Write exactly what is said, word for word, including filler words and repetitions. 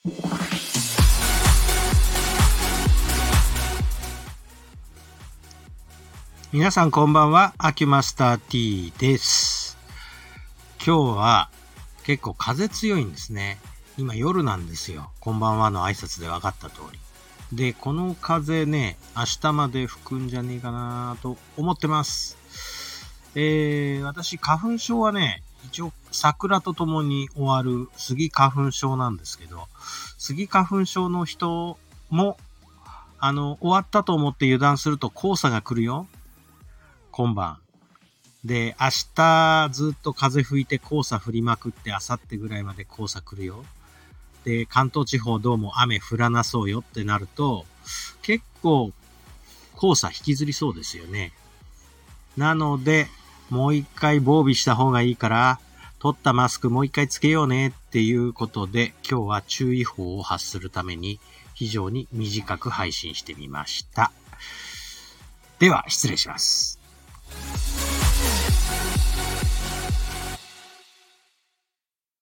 皆さんこんばんは、アキュマスター T です。今日は結構風強いんですね。今夜なんですよ。こんばんはの挨拶で分かった通り。で、この風ね、明日まで吹くんじゃねえかなと思ってます。えー、私、花粉症はね、一応桜とともに終わるスギ花粉症なんですけど、スギ花粉症の人も、あの、終わったと思って油断すると黄砂が来るよ。今晩。で、明日ずっと風吹いて黄砂降りまくって、明後日ぐらいまで黄砂来るよ。で、関東地方どうも雨降らなそうよってなると、結構黄砂引きずりそうですよね。なので、もう一回防備した方がいいから、取ったマスクもう一回つけようねっていうことで、今日は注意報を発するために非常に短く配信してみました。では、失礼します。